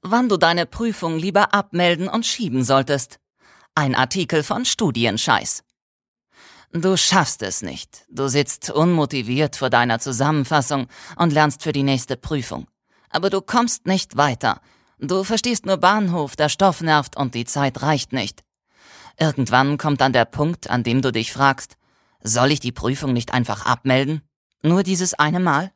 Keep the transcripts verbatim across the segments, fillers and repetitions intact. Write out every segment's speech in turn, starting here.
Wann du deine Prüfung lieber abmelden und schieben solltest. Ein Artikel von Studienscheiß. Du schaffst es nicht. Du sitzt unmotiviert vor deiner Zusammenfassung und lernst für die nächste Prüfung. Aber du kommst nicht weiter. Du verstehst nur Bahnhof, der Stoff nervt und die Zeit reicht nicht. Irgendwann kommt dann der Punkt, an dem du dich fragst, soll ich die Prüfung nicht einfach abmelden? Nur dieses eine Mal?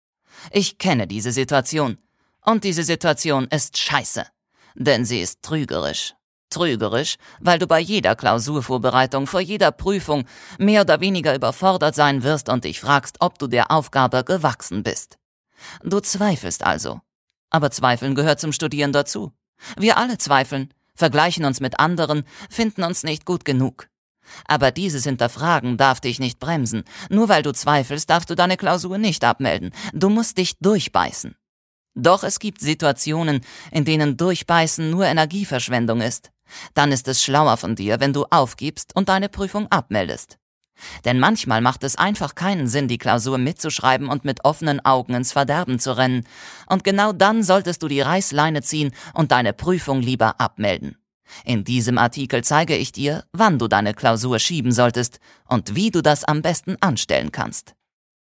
Ich kenne diese Situation. Und diese Situation ist scheiße. Denn sie ist trügerisch. Trügerisch, weil du bei jeder Klausurvorbereitung, vor jeder Prüfung mehr oder weniger überfordert sein wirst und dich fragst, ob du der Aufgabe gewachsen bist. Du zweifelst also. Aber Zweifeln gehört zum Studieren dazu. Wir alle zweifeln, vergleichen uns mit anderen, finden uns nicht gut genug. Aber dieses Hinterfragen darf dich nicht bremsen. Nur weil du zweifelst, darfst du deine Klausur nicht abmelden. Du musst dich durchbeißen. Doch es gibt Situationen, in denen Durchbeißen nur Energieverschwendung ist. Dann ist es schlauer von dir, wenn du aufgibst und deine Prüfung abmeldest. Denn manchmal macht es einfach keinen Sinn, die Klausur mitzuschreiben und mit offenen Augen ins Verderben zu rennen. Und genau dann solltest du die Reißleine ziehen und deine Prüfung lieber abmelden. In diesem Artikel zeige ich dir, wann du deine Klausur schieben solltest und wie du das am besten anstellen kannst.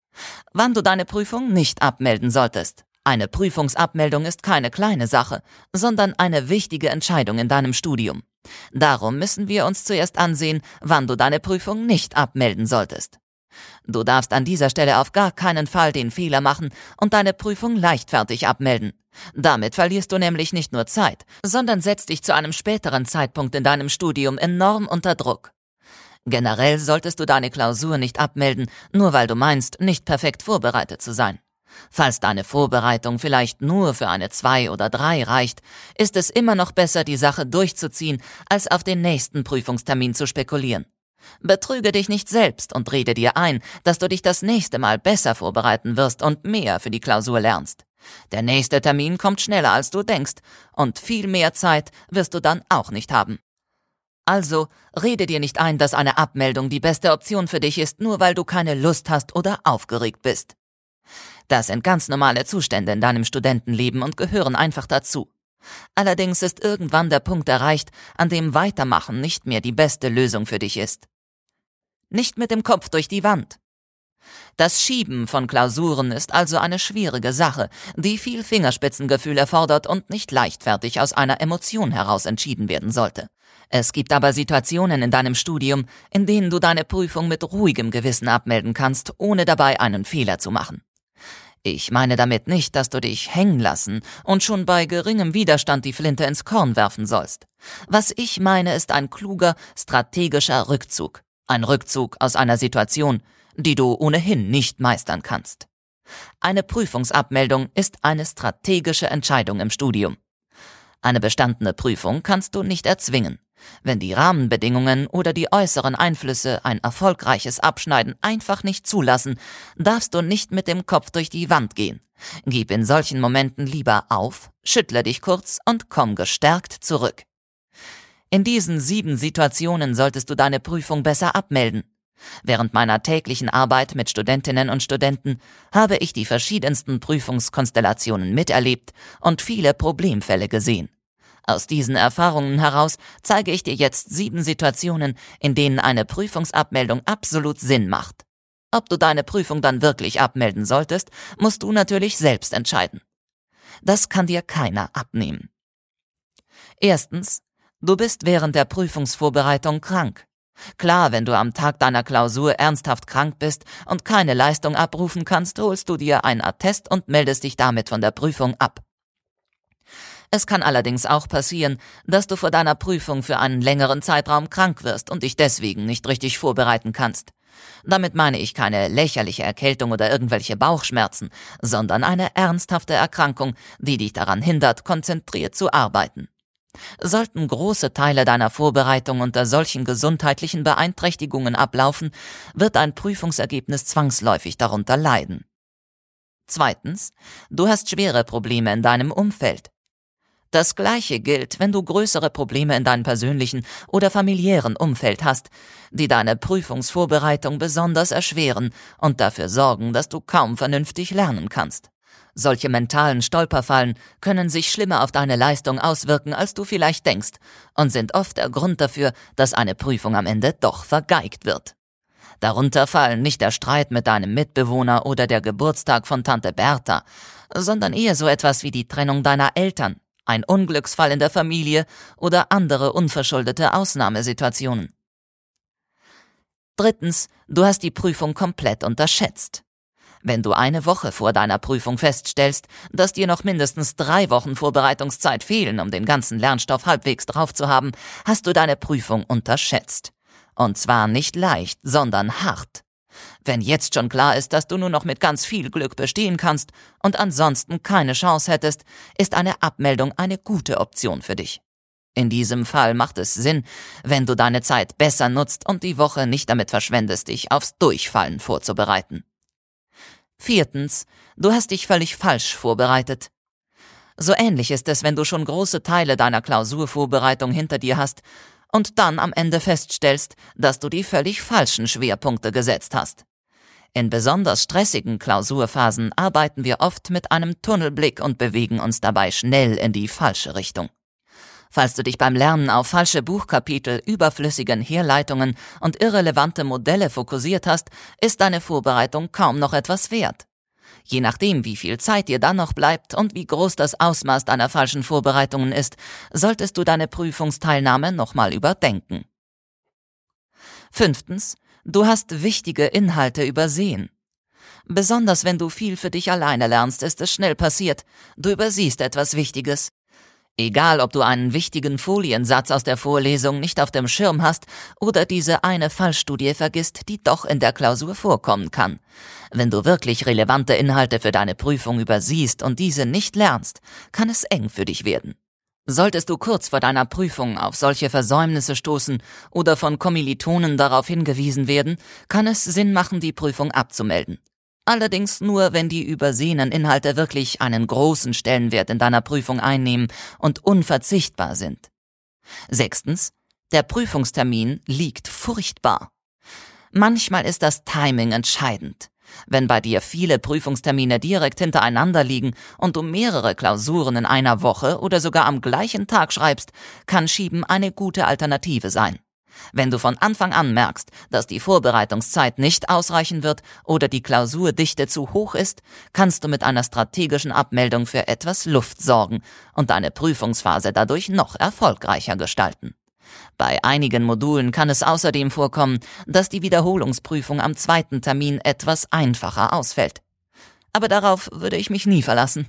Wann du deine Prüfung nicht abmelden solltest. Eine Prüfungsabmeldung ist keine kleine Sache, sondern eine wichtige Entscheidung in deinem Studium. Darum müssen wir uns zuerst ansehen, wann du deine Prüfung nicht abmelden solltest. Du darfst an dieser Stelle auf gar keinen Fall den Fehler machen und deine Prüfung leichtfertig abmelden. Damit verlierst du nämlich nicht nur Zeit, sondern setzt dich zu einem späteren Zeitpunkt in deinem Studium enorm unter Druck. Generell solltest du deine Klausur nicht abmelden, nur weil du meinst, nicht perfekt vorbereitet zu sein. Falls deine Vorbereitung vielleicht nur für eine zwei oder drei reicht, ist es immer noch besser, die Sache durchzuziehen, als auf den nächsten Prüfungstermin zu spekulieren. Betrüge dich nicht selbst und rede dir ein, dass du dich das nächste Mal besser vorbereiten wirst und mehr für die Klausur lernst. Der nächste Termin kommt schneller, als du denkst, und viel mehr Zeit wirst du dann auch nicht haben. Also, rede dir nicht ein, dass eine Abmeldung die beste Option für dich ist, nur weil du keine Lust hast oder aufgeregt bist. Das sind ganz normale Zustände in deinem Studentenleben und gehören einfach dazu. Allerdings ist irgendwann der Punkt erreicht, an dem Weitermachen nicht mehr die beste Lösung für dich ist. Nicht mit dem Kopf durch die Wand. Das Schieben von Klausuren ist also eine schwierige Sache, die viel Fingerspitzengefühl erfordert und nicht leichtfertig aus einer Emotion heraus entschieden werden sollte. Es gibt aber Situationen in deinem Studium, in denen du deine Prüfung mit ruhigem Gewissen abmelden kannst, ohne dabei einen Fehler zu machen. Ich meine damit nicht, dass du dich hängen lassen und schon bei geringem Widerstand die Flinte ins Korn werfen sollst. Was ich meine, ist ein kluger, strategischer Rückzug. Ein Rückzug aus einer Situation, die du ohnehin nicht meistern kannst. Eine Prüfungsabmeldung ist eine strategische Entscheidung im Studium. Eine bestandene Prüfung kannst du nicht erzwingen. Wenn die Rahmenbedingungen oder die äußeren Einflüsse ein erfolgreiches Abschneiden einfach nicht zulassen, darfst du nicht mit dem Kopf durch die Wand gehen. Gib in solchen Momenten lieber auf, schüttle dich kurz und komm gestärkt zurück. In diesen sieben Situationen solltest du deine Prüfung besser abmelden. Während meiner täglichen Arbeit mit Studentinnen und Studenten habe ich die verschiedensten Prüfungskonstellationen miterlebt und viele Problemfälle gesehen. Aus diesen Erfahrungen heraus zeige ich dir jetzt sieben Situationen, in denen eine Prüfungsabmeldung absolut Sinn macht. Ob du deine Prüfung dann wirklich abmelden solltest, musst du natürlich selbst entscheiden. Das kann dir keiner abnehmen. Erstens, du bist während der Prüfungsvorbereitung krank. Klar, wenn du am Tag deiner Klausur ernsthaft krank bist und keine Leistung abrufen kannst, holst du dir einen Attest und meldest dich damit von der Prüfung ab. Es kann allerdings auch passieren, dass du vor deiner Prüfung für einen längeren Zeitraum krank wirst und dich deswegen nicht richtig vorbereiten kannst. Damit meine ich keine lächerliche Erkältung oder irgendwelche Bauchschmerzen, sondern eine ernsthafte Erkrankung, die dich daran hindert, konzentriert zu arbeiten. Sollten große Teile deiner Vorbereitung unter solchen gesundheitlichen Beeinträchtigungen ablaufen, wird dein Prüfungsergebnis zwangsläufig darunter leiden. Zweitens, du hast schwere Probleme in deinem Umfeld. Das Gleiche gilt, wenn du größere Probleme in deinem persönlichen oder familiären Umfeld hast, die deine Prüfungsvorbereitung besonders erschweren und dafür sorgen, dass du kaum vernünftig lernen kannst. Solche mentalen Stolperfallen können sich schlimmer auf deine Leistung auswirken, als du vielleicht denkst, und sind oft der Grund dafür, dass eine Prüfung am Ende doch vergeigt wird. Darunter fallen nicht der Streit mit deinem Mitbewohner oder der Geburtstag von Tante Bertha, sondern eher so etwas wie die Trennung deiner Eltern, ein Unglücksfall in der Familie oder andere unverschuldete Ausnahmesituationen. Drittens, du hast die Prüfung komplett unterschätzt. Wenn du eine Woche vor deiner Prüfung feststellst, dass dir noch mindestens drei Wochen Vorbereitungszeit fehlen, um den ganzen Lernstoff halbwegs drauf zu haben, hast du deine Prüfung unterschätzt. Und zwar nicht leicht, sondern hart. Wenn jetzt schon klar ist, dass du nur noch mit ganz viel Glück bestehen kannst und ansonsten keine Chance hättest, ist eine Abmeldung eine gute Option für dich. In diesem Fall macht es Sinn, wenn du deine Zeit besser nutzt und die Woche nicht damit verschwendest, dich aufs Durchfallen vorzubereiten. Viertens, du hast dich völlig falsch vorbereitet. So ähnlich ist es, wenn du schon große Teile deiner Klausurvorbereitung hinter dir hast und dann am Ende feststellst, dass du die völlig falschen Schwerpunkte gesetzt hast. In besonders stressigen Klausurphasen arbeiten wir oft mit einem Tunnelblick und bewegen uns dabei schnell in die falsche Richtung. Falls du dich beim Lernen auf falsche Buchkapitel, überflüssigen Herleitungen und irrelevante Modelle fokussiert hast, ist deine Vorbereitung kaum noch etwas wert. Je nachdem, wie viel Zeit dir dann noch bleibt und wie groß das Ausmaß deiner falschen Vorbereitungen ist, solltest du deine Prüfungsteilnahme nochmal überdenken. Fünftens, du hast wichtige Inhalte übersehen. Besonders wenn du viel für dich alleine lernst, ist es schnell passiert. Du übersiehst etwas Wichtiges. Egal, ob du einen wichtigen Foliensatz aus der Vorlesung nicht auf dem Schirm hast oder diese eine Fallstudie vergisst, die doch in der Klausur vorkommen kann. Wenn du wirklich relevante Inhalte für deine Prüfung übersiehst und diese nicht lernst, kann es eng für dich werden. Solltest du kurz vor deiner Prüfung auf solche Versäumnisse stoßen oder von Kommilitonen darauf hingewiesen werden, kann es Sinn machen, die Prüfung abzumelden. Allerdings nur, wenn die übersehenen Inhalte wirklich einen großen Stellenwert in deiner Prüfung einnehmen und unverzichtbar sind. Sechstens, der Prüfungstermin liegt furchtbar. Manchmal ist das Timing entscheidend. Wenn bei dir viele Prüfungstermine direkt hintereinander liegen und du mehrere Klausuren in einer Woche oder sogar am gleichen Tag schreibst, kann Schieben eine gute Alternative sein. Wenn du von Anfang an merkst, dass die Vorbereitungszeit nicht ausreichen wird oder die Klausurdichte zu hoch ist, kannst du mit einer strategischen Abmeldung für etwas Luft sorgen und deine Prüfungsphase dadurch noch erfolgreicher gestalten. Bei einigen Modulen kann es außerdem vorkommen, dass die Wiederholungsprüfung am zweiten Termin etwas einfacher ausfällt. Aber darauf würde ich mich nie verlassen.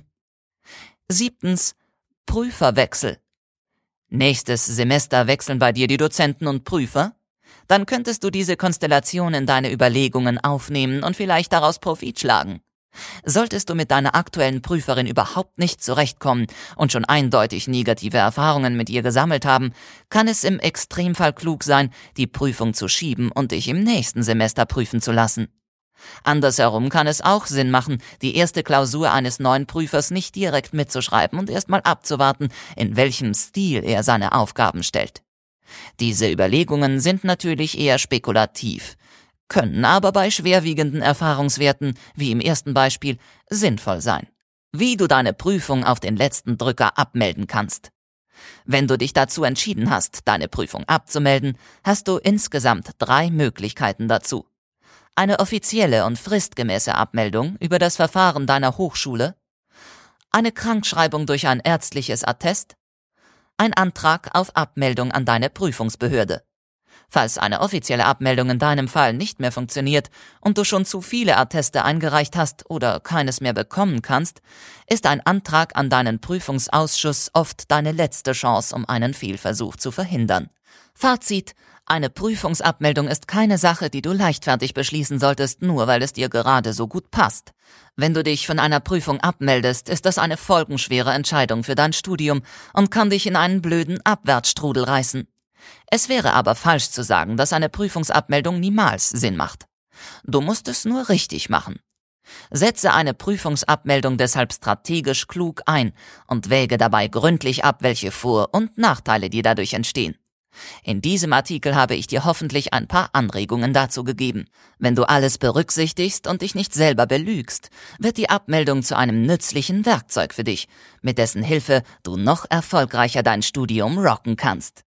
Siebtens, Prüferwechsel. Nächstes Semester wechseln bei dir die Dozenten und Prüfer? Dann könntest du diese Konstellation in deine Überlegungen aufnehmen und vielleicht daraus Profit schlagen. Solltest du mit deiner aktuellen Prüferin überhaupt nicht zurechtkommen und schon eindeutig negative Erfahrungen mit ihr gesammelt haben, kann es im Extremfall klug sein, die Prüfung zu schieben und dich im nächsten Semester prüfen zu lassen. Andersherum kann es auch Sinn machen, die erste Klausur eines neuen Prüfers nicht direkt mitzuschreiben und erstmal abzuwarten, in welchem Stil er seine Aufgaben stellt. Diese Überlegungen sind natürlich eher spekulativ, können aber bei schwerwiegenden Erfahrungswerten, wie im ersten Beispiel, sinnvoll sein. Wie du deine Prüfung auf den letzten Drücker abmelden kannst. Wenn du dich dazu entschieden hast, deine Prüfung abzumelden, hast du insgesamt drei Möglichkeiten dazu. Eine offizielle und fristgemäße Abmeldung über das Verfahren deiner Hochschule, eine Krankschreibung durch ein ärztliches Attest, ein Antrag auf Abmeldung an deine Prüfungsbehörde. Falls eine offizielle Abmeldung in deinem Fall nicht mehr funktioniert und du schon zu viele Atteste eingereicht hast oder keines mehr bekommen kannst, ist ein Antrag an deinen Prüfungsausschuss oft deine letzte Chance, um einen Fehlversuch zu verhindern. Fazit: Eine Prüfungsabmeldung ist keine Sache, die du leichtfertig beschließen solltest, nur weil es dir gerade so gut passt. Wenn du dich von einer Prüfung abmeldest, ist das eine folgenschwere Entscheidung für dein Studium und kann dich in einen blöden Abwärtsstrudel reißen. Es wäre aber falsch zu sagen, dass eine Prüfungsabmeldung niemals Sinn macht. Du musst es nur richtig machen. Setze eine Prüfungsabmeldung deshalb strategisch klug ein und wäge dabei gründlich ab, welche Vor- und Nachteile dir dadurch entstehen. In diesem Artikel habe ich dir hoffentlich ein paar Anregungen dazu gegeben. Wenn du alles berücksichtigst und dich nicht selber belügst, wird die Abmeldung zu einem nützlichen Werkzeug für dich, mit dessen Hilfe du noch erfolgreicher dein Studium rocken kannst.